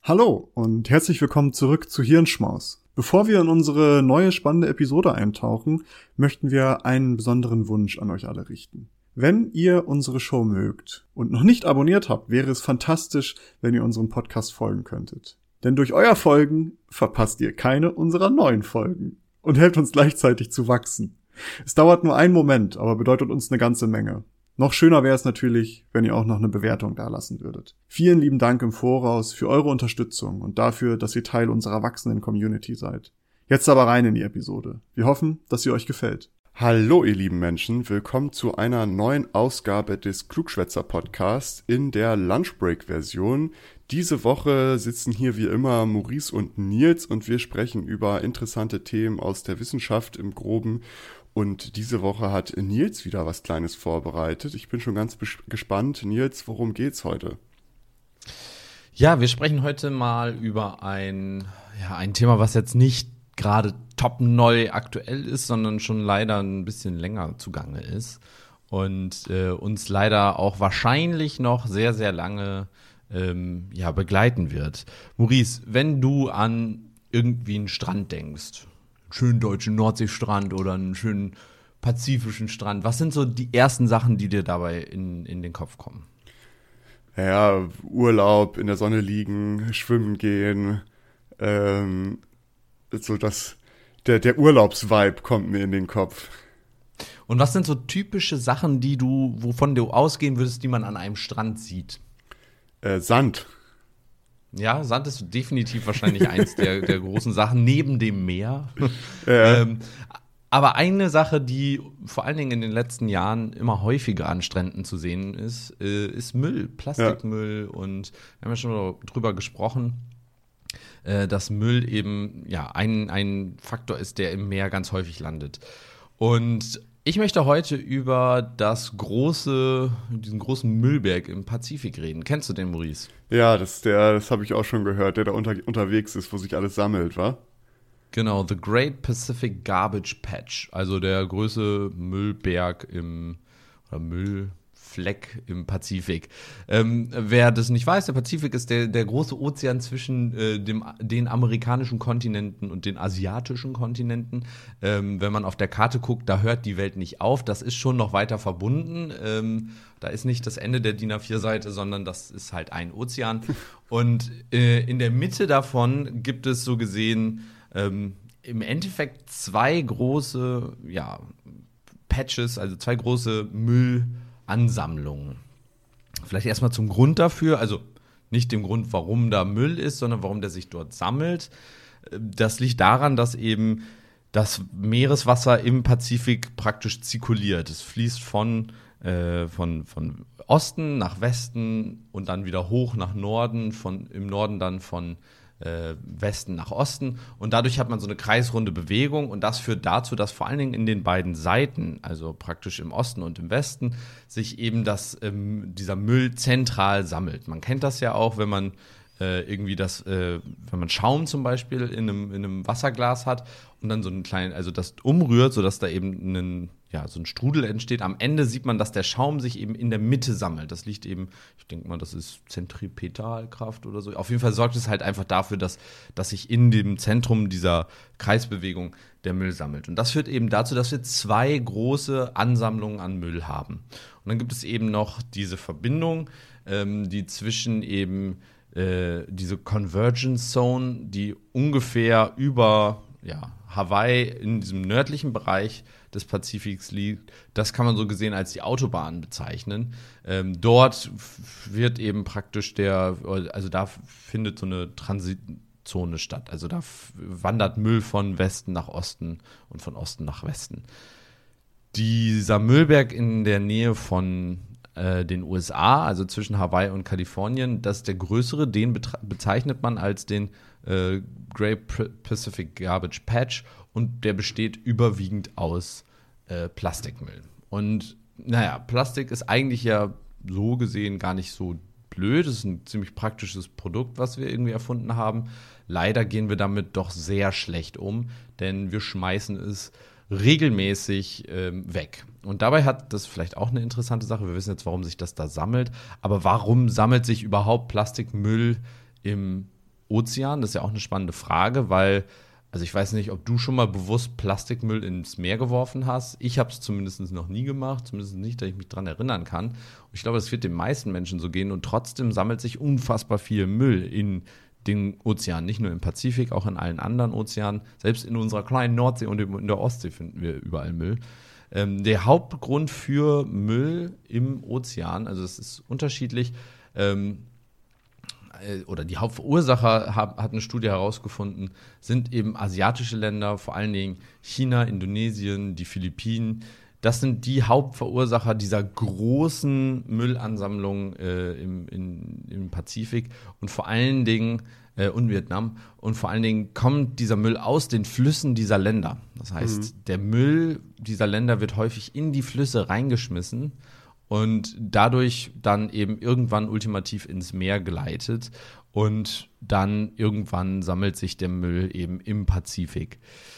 Hallo und herzlich willkommen zurück zu Hirnschmaus. Bevor wir in unsere neue spannende Episode eintauchen, möchten wir einen besonderen Wunsch an euch alle richten. Wenn ihr unsere Show mögt und noch nicht abonniert habt, wäre es fantastisch, wenn ihr unserem Podcast folgen könntet. Denn durch euer Folgen verpasst ihr keine unserer neuen Folgen und helft uns gleichzeitig zu wachsen. Es dauert nur einen Moment, aber bedeutet uns eine ganze Menge. Noch schöner wäre es natürlich, wenn ihr auch noch eine Bewertung dalassen würdet. Vielen lieben Dank im Voraus für eure Unterstützung und dafür, dass ihr Teil unserer wachsenden Community seid. Jetzt aber rein in die Episode. Wir hoffen, dass sie euch gefällt. Hallo ihr lieben Menschen, willkommen zu einer neuen Ausgabe des Klugschwätzer-Podcasts in der Lunchbreak-Version. Diese Woche sitzen hier wie immer Maurice und Nils und wir sprechen über interessante Themen aus der Wissenschaft im Groben. Und diese Woche hat Nils wieder was Kleines vorbereitet. Ich bin schon ganz gespannt. Nils, worum geht's heute? Ja, wir sprechen heute mal über ein Thema, was jetzt nicht gerade top neu aktuell ist, sondern schon leider ein bisschen länger zugange ist und uns leider auch wahrscheinlich noch sehr, sehr lange begleiten wird. Maurice, wenn du an irgendwie einen Strand denkst, schönen deutschen Nordseestrand oder einen schönen pazifischen Strand. Was sind so die ersten Sachen, die dir dabei in den Kopf kommen? Ja, Urlaub, in der Sonne liegen, schwimmen gehen, so der Urlaubsvibe kommt mir in den Kopf. Und was sind so typische Sachen, wovon du ausgehen würdest, die man an einem Strand sieht? Sand. Ja, Sand ist definitiv wahrscheinlich eins der großen Sachen, neben dem Meer. Aber eine Sache, die vor allen Dingen in den letzten Jahren immer häufiger an Stränden zu sehen ist Müll, Plastikmüll. Ja. Und wir haben ja schon drüber gesprochen, dass Müll eben ein Faktor ist, der im Meer ganz häufig landet. Und ich möchte heute über diesen großen Müllberg im Pazifik reden. Kennst du den, Maurice? Ja, das habe ich auch schon gehört, der da unterwegs ist, wo sich alles sammelt, wa? Genau, The Great Pacific Garbage Patch, also der größte Müllberg oder Müllfleck im Pazifik. Wer das nicht weiß, der Pazifik ist der große Ozean zwischen den amerikanischen Kontinenten und den asiatischen Kontinenten. Wenn man auf der Karte guckt, da hört die Welt nicht auf. Das ist schon noch weiter verbunden. Da ist nicht das Ende der DIN A4-Seite, sondern das ist halt ein Ozean. Und in der Mitte davon gibt es so gesehen im Endeffekt zwei große Patches, also zwei große Müllansammlungen. Vielleicht erstmal zum Grund dafür, also nicht dem Grund, warum da Müll ist, sondern warum der sich dort sammelt. Das liegt daran, dass eben das Meereswasser im Pazifik praktisch zirkuliert. Es fließt von Osten nach Westen und dann wieder hoch nach Norden, im Norden dann von Westen nach Osten und dadurch hat man so eine kreisrunde Bewegung und das führt dazu, dass vor allen Dingen in den beiden Seiten, also praktisch im Osten und im Westen, sich eben dieser Müll zentral sammelt. Man kennt das ja auch, wenn man wenn man Schaum zum Beispiel in einem Wasserglas hat und dann so einen kleinen, also das umrührt, sodass da eben so ein Strudel entsteht. Am Ende sieht man, dass der Schaum sich eben in der Mitte sammelt. Das liegt eben, ich denke mal, das ist Zentripetalkraft oder so. Auf jeden Fall sorgt es halt einfach dafür, dass sich in dem Zentrum dieser Kreisbewegung der Müll sammelt. Und das führt eben dazu, dass wir zwei große Ansammlungen an Müll haben. Und dann gibt es eben noch diese Verbindung, die zwischen eben diese Convergence Zone, die ungefähr über Hawaii in diesem nördlichen Bereich des Pazifiks liegt, das kann man so gesehen als die Autobahn bezeichnen. Dort wird eben praktisch da findet so eine Transitzone statt. Also da wandert Müll von Westen nach Osten und von Osten nach Westen. Dieser Müllberg in der Nähe von den USA, also zwischen Hawaii und Kalifornien, das ist der größere, den bezeichnet man als den Great Pacific Garbage Patch und der besteht überwiegend aus Plastikmüll. Und Plastik ist eigentlich ja so gesehen gar nicht so blöd, es ist ein ziemlich praktisches Produkt, was wir irgendwie erfunden haben. Leider gehen wir damit doch sehr schlecht um, denn wir schmeißen es regelmäßig weg. Und dabei hat das vielleicht auch eine interessante Sache, wir wissen jetzt, warum sich das da sammelt, aber warum sammelt sich überhaupt Plastikmüll im Ozean. Das ist ja auch eine spannende Frage, weil, also ich weiß nicht, ob du schon mal bewusst Plastikmüll ins Meer geworfen hast. Ich habe es zumindest noch nie gemacht, zumindest nicht, dass ich mich daran erinnern kann. Und ich glaube, das wird den meisten Menschen so gehen und trotzdem sammelt sich unfassbar viel Müll in den Ozeanen, nicht nur im Pazifik, auch in allen anderen Ozeanen. Selbst in unserer kleinen Nordsee und in der Ostsee finden wir überall Müll. Der Hauptgrund für Müll im Ozean, also es ist unterschiedlich, oder die Hauptverursacher hat eine Studie herausgefunden, sind eben asiatische Länder, vor allen Dingen China, Indonesien, die Philippinen. Das sind die Hauptverursacher dieser großen Müllansammlung im Pazifik und vor allen Dingen und Vietnam. Und vor allen Dingen kommt dieser Müll aus den Flüssen dieser Länder. Das heißt, der Müll dieser Länder wird häufig in die Flüsse reingeschmissen und dadurch dann eben irgendwann ultimativ ins Meer geleitet. Und dann irgendwann sammelt sich der Müll eben im Pazifik.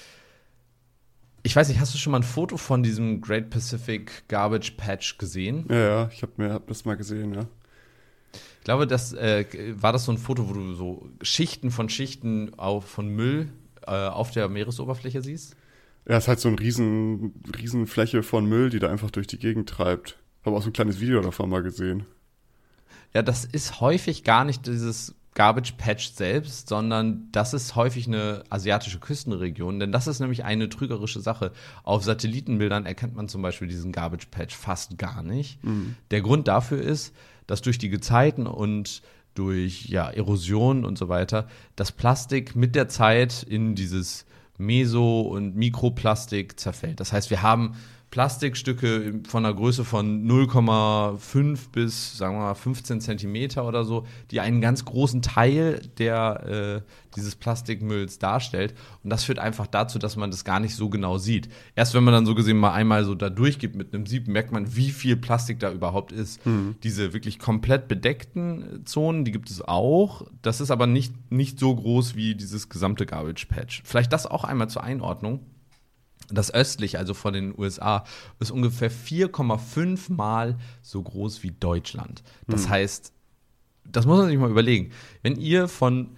Ich weiß nicht, hast du schon mal ein Foto von diesem Great Pacific Garbage Patch gesehen? Ja, ich hab das mal gesehen, ja. Ich glaube, war das so ein Foto, wo du so Schichten von von Müll auf der Meeresoberfläche siehst? Ja, es ist halt so eine riesen Fläche von Müll, die da einfach durch die Gegend treibt. Habe auch so ein kleines Video davon mal gesehen. Ja, das ist häufig gar nicht dieses Garbage Patch selbst, sondern das ist häufig eine asiatische Küstenregion, denn das ist nämlich eine trügerische Sache. Auf Satellitenbildern erkennt man zum Beispiel diesen Garbage Patch fast gar nicht. Der Grund dafür ist, dass durch die Gezeiten und durch Erosion und so weiter das Plastik mit der Zeit in dieses Meso- und Mikroplastik zerfällt. Das heißt, wir haben Plastikstücke von einer Größe von 0,5 bis, sagen wir mal, 15 Zentimeter oder so, die einen ganz großen Teil dieses Plastikmülls darstellt. Und das führt einfach dazu, dass man das gar nicht so genau sieht. Erst wenn man dann so gesehen mal einmal so da durchgeht mit einem Sieb, merkt man, wie viel Plastik da überhaupt ist. Diese wirklich komplett bedeckten Zonen, die gibt es auch. Das ist aber nicht so groß wie dieses gesamte Garbage Patch. Vielleicht das auch einmal zur Einordnung. Das östlich, also von den USA, ist ungefähr 4,5 Mal so groß wie Deutschland. Das heißt, das muss man sich mal überlegen. Wenn ihr von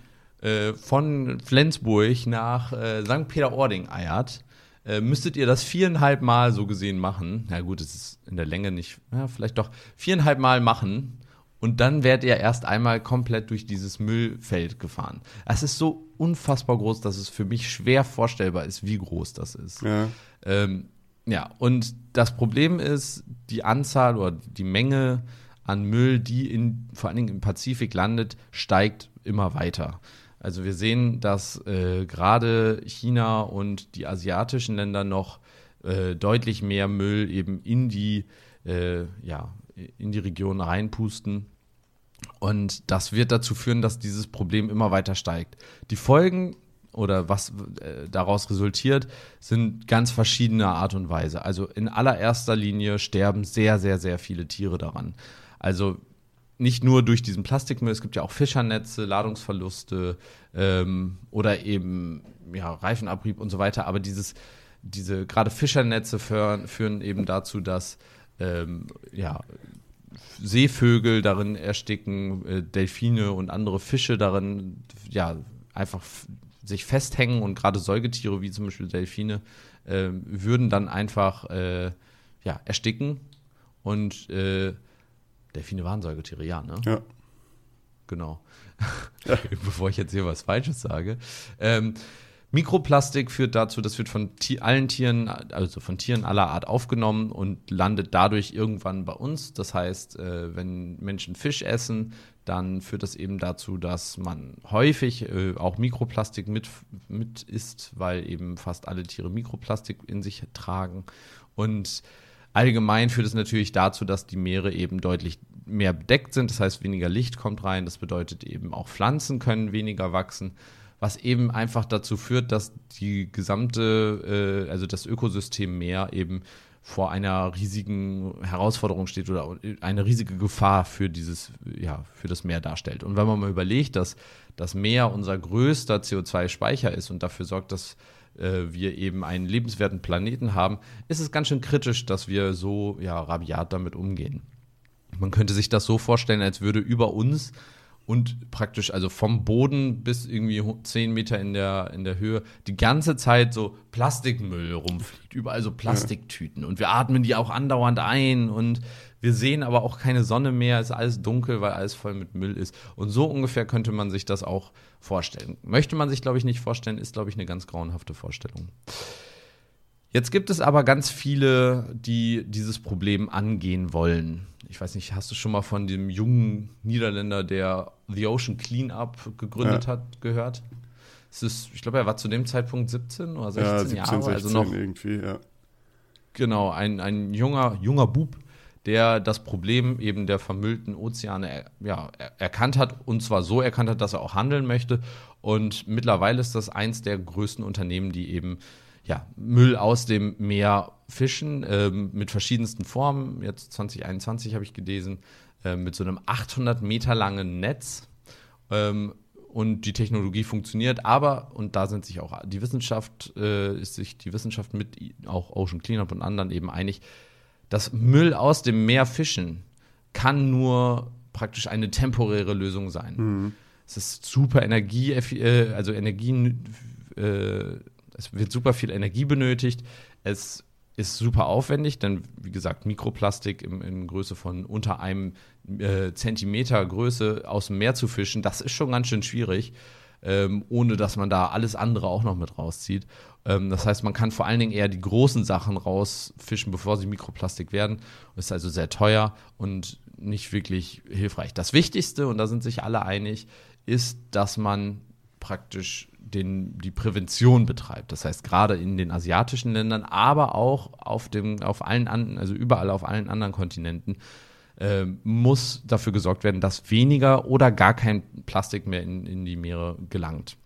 Flensburg nach St. Peter-Ording eiert, müsstet ihr das 4,5 Mal so gesehen machen. Na gut, es ist in der Länge nicht, vielleicht doch 4,5 Mal machen. Und dann werdet ihr erst einmal komplett durch dieses Müllfeld gefahren. Es ist so unfassbar groß, dass es für mich schwer vorstellbar ist, wie groß das ist. Ja. Und das Problem ist, die Anzahl oder die Menge an Müll, die vor allen Dingen im Pazifik landet, steigt immer weiter. Also wir sehen, dass gerade China und die asiatischen Länder noch deutlich mehr Müll eben in die Region reinpusten. Und das wird dazu führen, dass dieses Problem immer weiter steigt. Die Folgen oder was daraus resultiert, sind ganz verschiedener Art und Weise. Also in allererster Linie sterben sehr, sehr, sehr viele Tiere daran. Also nicht nur durch diesen Plastikmüll, es gibt ja auch Fischernetze, Ladungsverluste oder eben Reifenabrieb und so weiter. Aber diese gerade Fischernetze führen eben dazu, dass Seevögel darin ersticken, Delfine und andere Fische darin einfach sich festhängen und gerade Säugetiere wie zum Beispiel Delfine würden dann einfach ersticken und Delfine waren Säugetiere, ne? Ja. Genau. Bevor ich jetzt hier was Falsches sage. Mikroplastik führt dazu, das wird von allen Tieren, also von Tieren aller Art aufgenommen und landet dadurch irgendwann bei uns. Das heißt, wenn Menschen Fisch essen, dann führt das eben dazu, dass man häufig auch Mikroplastik mit isst, weil eben fast alle Tiere Mikroplastik in sich tragen. Und allgemein führt es natürlich dazu, dass die Meere eben deutlich mehr bedeckt sind. Das heißt, weniger Licht kommt rein. Das bedeutet eben auch Pflanzen können weniger wachsen. Was eben einfach dazu führt, dass die gesamte, also das Ökosystem Meer eben vor einer riesigen Herausforderung steht oder eine riesige Gefahr für das Meer darstellt. Und wenn man mal überlegt, dass das Meer unser größter CO2-Speicher ist und dafür sorgt, dass wir eben einen lebenswerten Planeten haben, ist es ganz schön kritisch, dass wir so rabiat damit umgehen. Man könnte sich das so vorstellen, als würde über uns und praktisch also vom Boden bis irgendwie 10 Meter in der Höhe die ganze Zeit so Plastikmüll rumfliegt, überall so Plastiktüten und wir atmen die auch andauernd ein und wir sehen aber auch keine Sonne mehr, ist alles dunkel, weil alles voll mit Müll ist und so ungefähr könnte man sich das auch vorstellen. Möchte man sich, glaube ich, nicht vorstellen, ist, glaube ich, eine ganz grauenhafte Vorstellung. Jetzt gibt es aber ganz viele, die dieses Problem angehen wollen. Ich weiß nicht, hast du schon mal von dem jungen Niederländer, der The Ocean Cleanup gegründet hat, gehört? Ich glaube, er war zu dem Zeitpunkt 17 oder 16 17, Jahre. 16 Also noch irgendwie, ja. Genau, ein junger Bub, der das Problem eben der vermüllten Ozeane erkannt hat und zwar so erkannt hat, dass er auch handeln möchte. Und mittlerweile ist das eins der größten Unternehmen, die eben Müll aus dem Meer fischen, mit verschiedensten Formen. Jetzt 2021 habe ich gelesen, mit so einem 800 Meter langen Netz. Und die Technologie funktioniert, aber, und da sind sich auch die Wissenschaft mit auch Ocean Cleanup und anderen eben einig, dass Müll aus dem Meer fischen kann nur praktisch eine temporäre Lösung sein. Mhm. Es ist super es wird super viel Energie benötigt. Es ist super aufwendig, denn wie gesagt, Mikroplastik in Größe von unter einem Zentimeter Größe aus dem Meer zu fischen, das ist schon ganz schön schwierig, ohne dass man da alles andere auch noch mit rauszieht. Das heißt, man kann vor allen Dingen eher die großen Sachen rausfischen, bevor sie Mikroplastik werden. Das ist also sehr teuer und nicht wirklich hilfreich. Das Wichtigste, und da sind sich alle einig, ist, dass man praktisch die Prävention betreibt. Das heißt, gerade in den asiatischen Ländern, aber auch überall auf allen anderen Kontinenten muss dafür gesorgt werden, dass weniger oder gar kein Plastik mehr in die Meere gelangt.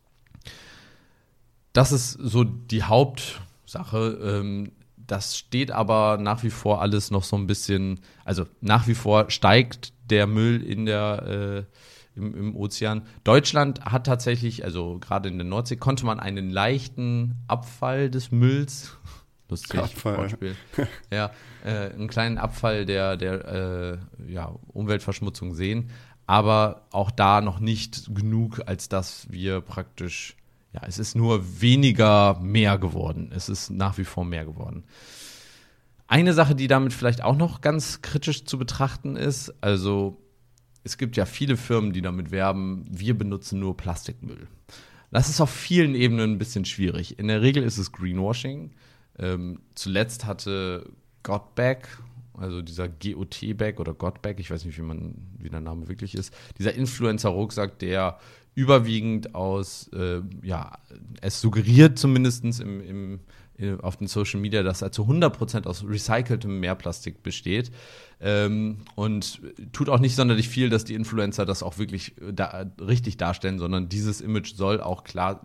Das ist so die Hauptsache. Das steht aber nach wie vor alles noch so ein bisschen, also nach wie vor steigt der Müll im Ozean. Deutschland hat tatsächlich, also gerade in der Nordsee, konnte man einen leichten Abfall des Mülls, lustig, Wortspiel, einen kleinen Abfall der Umweltverschmutzung sehen, aber auch da noch nicht genug, als dass wir praktisch, es ist nur weniger mehr geworden. Es ist nach wie vor mehr geworden. Eine Sache, die damit vielleicht auch noch ganz kritisch zu betrachten ist, also es gibt ja viele Firmen, die damit werben, wir benutzen nur Plastikmüll. Das ist auf vielen Ebenen ein bisschen schwierig. In der Regel ist es Greenwashing. Zuletzt hatte Gotbag, also dieser GOT-Bag oder Gotbag, ich weiß nicht, wie der Name wirklich ist, dieser Influencer-Rucksack, der überwiegend es suggeriert zumindest auf den Social Media, dass er zu 100% aus recyceltem Meerplastik besteht. Und tut auch nicht sonderlich viel, dass die Influencer das auch wirklich richtig darstellen, sondern dieses Image soll auch klar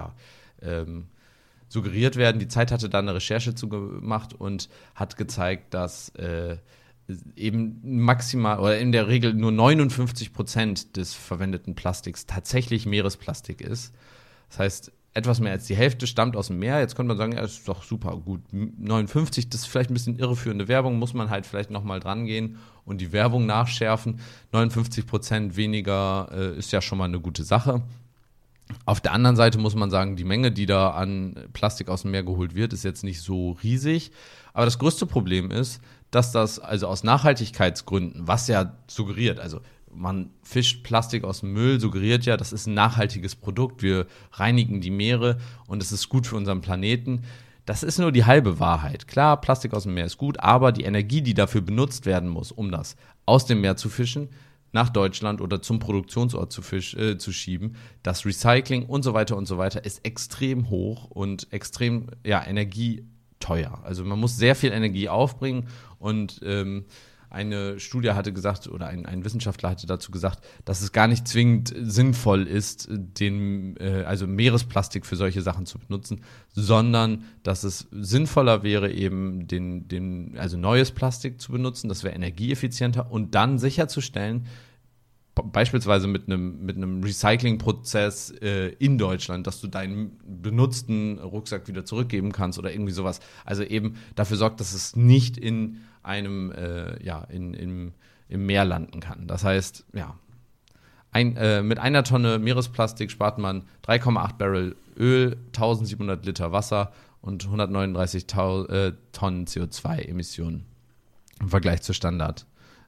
suggeriert werden. Die Zeit hatte da eine Recherche zu gemacht und hat gezeigt, dass eben maximal oder in der Regel nur 59% des verwendeten Plastiks tatsächlich Meeresplastik ist. Das heißt, etwas mehr als die Hälfte stammt aus dem Meer. Jetzt könnte man sagen, das ist doch super gut. 59, das ist vielleicht ein bisschen irreführende Werbung, muss man halt vielleicht nochmal dran gehen und die Werbung nachschärfen. 59% weniger ist ja schon mal eine gute Sache. Auf der anderen Seite muss man sagen, die Menge, die da an Plastik aus dem Meer geholt wird, ist jetzt nicht so riesig. Aber das größte Problem ist, dass das also aus Nachhaltigkeitsgründen, was ja suggeriert, also man fischt Plastik aus dem Müll, suggeriert ja, das ist ein nachhaltiges Produkt, wir reinigen die Meere und es ist gut für unseren Planeten. Das ist nur die halbe Wahrheit. Klar, Plastik aus dem Meer ist gut, aber die Energie, die dafür benutzt werden muss, um das aus dem Meer zu fischen, nach Deutschland oder zum Produktionsort zu schieben, das Recycling und so weiter ist extrem hoch und extrem energieteuer. Also man muss sehr viel Energie aufbringen und eine Studie hatte gesagt, oder ein Wissenschaftler hatte dazu gesagt, dass es gar nicht zwingend sinnvoll ist, also Meeresplastik für solche Sachen zu benutzen, sondern dass es sinnvoller wäre, eben also neues Plastik zu benutzen, das wäre energieeffizienter und dann sicherzustellen, beispielsweise mit einem Recyclingprozess in Deutschland, dass du deinen benutzten Rucksack wieder zurückgeben kannst oder irgendwie sowas. Also eben dafür sorgt, dass es nicht in einem im Meer landen kann. Das heißt, Mit einer Tonne Meeresplastik spart man 3,8 Barrel Öl, 1700 Liter Wasser und 139 Tonnen CO2-Emissionen im Vergleich zur Standard.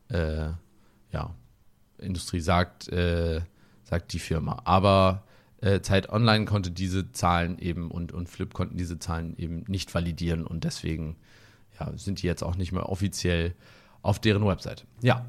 Industrie sagt die Firma. Aber Zeit Online konnte diese Zahlen eben und Flip konnten diese Zahlen eben nicht validieren und deswegen sind die jetzt auch nicht mehr offiziell auf deren Website. Ja.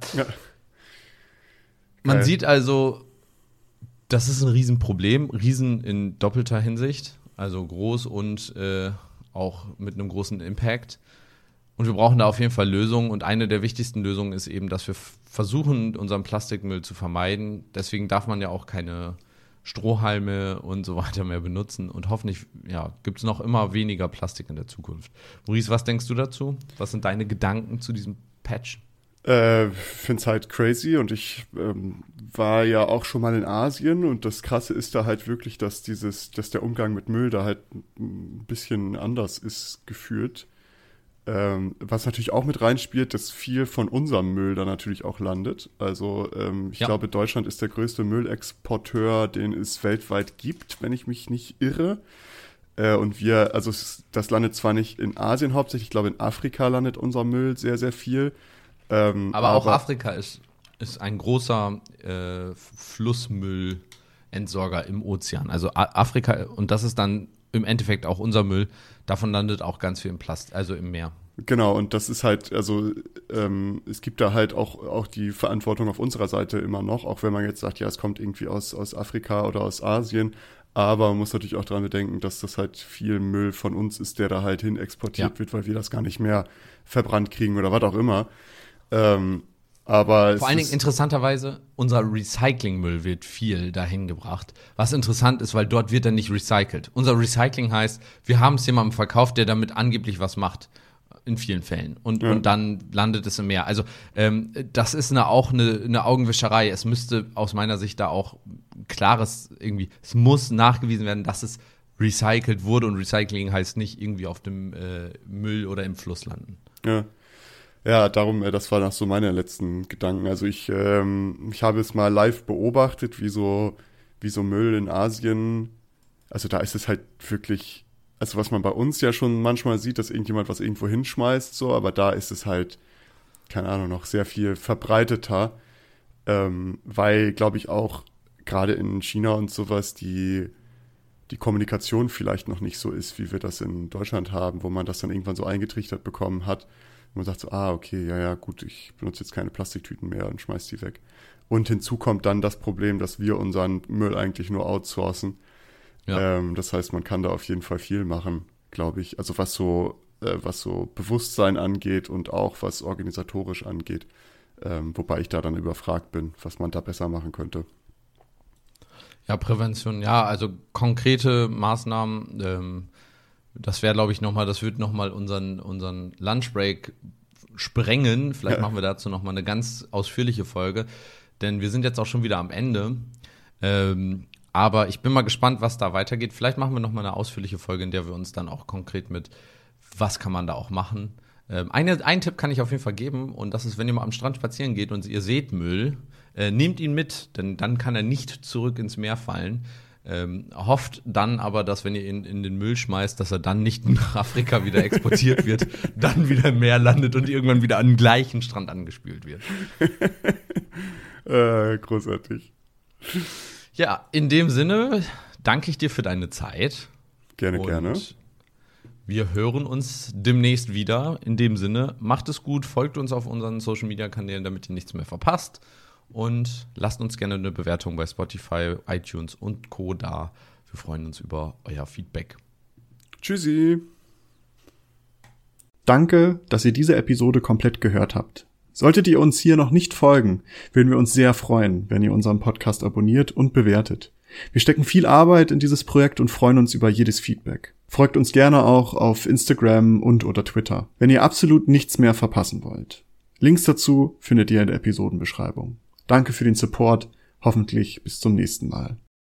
Man sieht also, das ist ein Riesenproblem, in doppelter Hinsicht, also groß und auch mit einem großen Impact. Und wir brauchen da auf jeden Fall Lösungen. Und eine der wichtigsten Lösungen ist eben, dass wir versuchen, unseren Plastikmüll zu vermeiden. Deswegen darf man ja auch keine Strohhalme und so weiter mehr benutzen. Und hoffentlich gibt es noch immer weniger Plastik in der Zukunft. Maurice, was denkst du dazu? Was sind deine Gedanken zu diesem Patch? Finde es halt crazy und ich war ja auch schon mal in Asien und das Krasse ist da halt wirklich, dass der Umgang mit Müll da halt ein bisschen anders ist gefühlt. Was natürlich auch mit reinspielt, dass viel von unserem Müll da natürlich auch landet. Also ich glaube, Deutschland ist der größte Müllexporteur, den es weltweit gibt, wenn ich mich nicht irre. Und das landet zwar nicht in Asien hauptsächlich, ich glaube in Afrika landet unser Müll sehr, sehr viel. Aber auch Afrika ist ein großer Flussmüllentsorger im Ozean. Also Afrika, und das ist dann im Endeffekt auch unser Müll, davon landet auch ganz viel im also im Meer. Genau, und das ist halt, es gibt da halt auch die Verantwortung auf unserer Seite immer noch, auch wenn man jetzt sagt, ja, es kommt irgendwie aus Afrika oder aus Asien, aber man muss natürlich auch daran bedenken, dass das halt viel Müll von uns ist, der da halt hin exportiert wird, weil wir das gar nicht mehr verbrannt kriegen oder was auch immer. Aber vor allen Dingen interessanterweise, unser Recyclingmüll wird viel dahin gebracht. Was interessant ist, weil dort wird er nicht recycelt. Unser Recycling heißt, wir haben es jemandem verkauft, der damit angeblich was macht. In vielen Fällen. Und dann landet es im Meer. Also das ist auch eine Augenwischerei. Es müsste aus meiner Sicht da auch klares irgendwie, es muss nachgewiesen werden, dass es recycelt wurde und Recycling heißt nicht irgendwie auf dem Müll oder im Fluss landen. Ja, darum, das war noch so meine letzten Gedanken. Also ich habe es mal live beobachtet, wie so Müll in Asien, also da ist es halt wirklich, also was man bei uns ja schon manchmal sieht, dass irgendjemand was irgendwo hinschmeißt, so, aber da ist es halt, keine Ahnung, noch sehr viel verbreiteter, weil, glaube ich, auch gerade in China und sowas die Kommunikation vielleicht noch nicht so ist, wie wir das in Deutschland haben, wo man das dann irgendwann so eingetrichtert bekommen hat. Und man sagt so, okay, ja, gut, ich benutze jetzt keine Plastiktüten mehr und schmeiß die weg. Und hinzu kommt dann das Problem, dass wir unseren Müll eigentlich nur outsourcen. Ja. Das heißt, man kann da auf jeden Fall viel machen, glaube ich. Also was so Bewusstsein angeht und auch was organisatorisch angeht. Wobei ich da dann überfragt bin, was man da besser machen könnte. Ja, Prävention, also konkrete Maßnahmen, das wäre, glaube ich, das wird nochmal unseren Lunchbreak sprengen. Vielleicht machen wir dazu nochmal eine ganz ausführliche Folge, denn wir sind jetzt auch schon wieder am Ende. Aber ich bin mal gespannt, was da weitergeht. Vielleicht machen wir nochmal eine ausführliche Folge, in der wir uns dann auch konkret mit, was kann man da auch machen. Einen Tipp kann ich auf jeden Fall geben, und das ist, wenn ihr mal am Strand spazieren geht und ihr seht Müll, nehmt ihn mit, denn dann kann er nicht zurück ins Meer fallen. Hofft dann aber, dass, wenn ihr ihn in den Müll schmeißt, dass er dann nicht nach Afrika wieder exportiert wird, dann wieder im Meer landet und irgendwann wieder an den gleichen Strand angespült wird. Großartig. Ja, in dem Sinne danke ich dir für deine Zeit. Gerne. Wir hören uns demnächst wieder. In dem Sinne, macht es gut, folgt uns auf unseren Social-Media-Kanälen, damit ihr nichts mehr verpasst. Und lasst uns gerne eine Bewertung bei Spotify, iTunes und Co. da. Wir freuen uns über euer Feedback. Tschüssi. Danke, dass ihr diese Episode komplett gehört habt. Solltet ihr uns hier noch nicht folgen, würden wir uns sehr freuen, wenn ihr unseren Podcast abonniert und bewertet. Wir stecken viel Arbeit in dieses Projekt und freuen uns über jedes Feedback. Folgt uns gerne auch auf Instagram und/oder Twitter, wenn ihr absolut nichts mehr verpassen wollt. Links dazu findet ihr in der Episodenbeschreibung. Danke für den Support, hoffentlich bis zum nächsten Mal.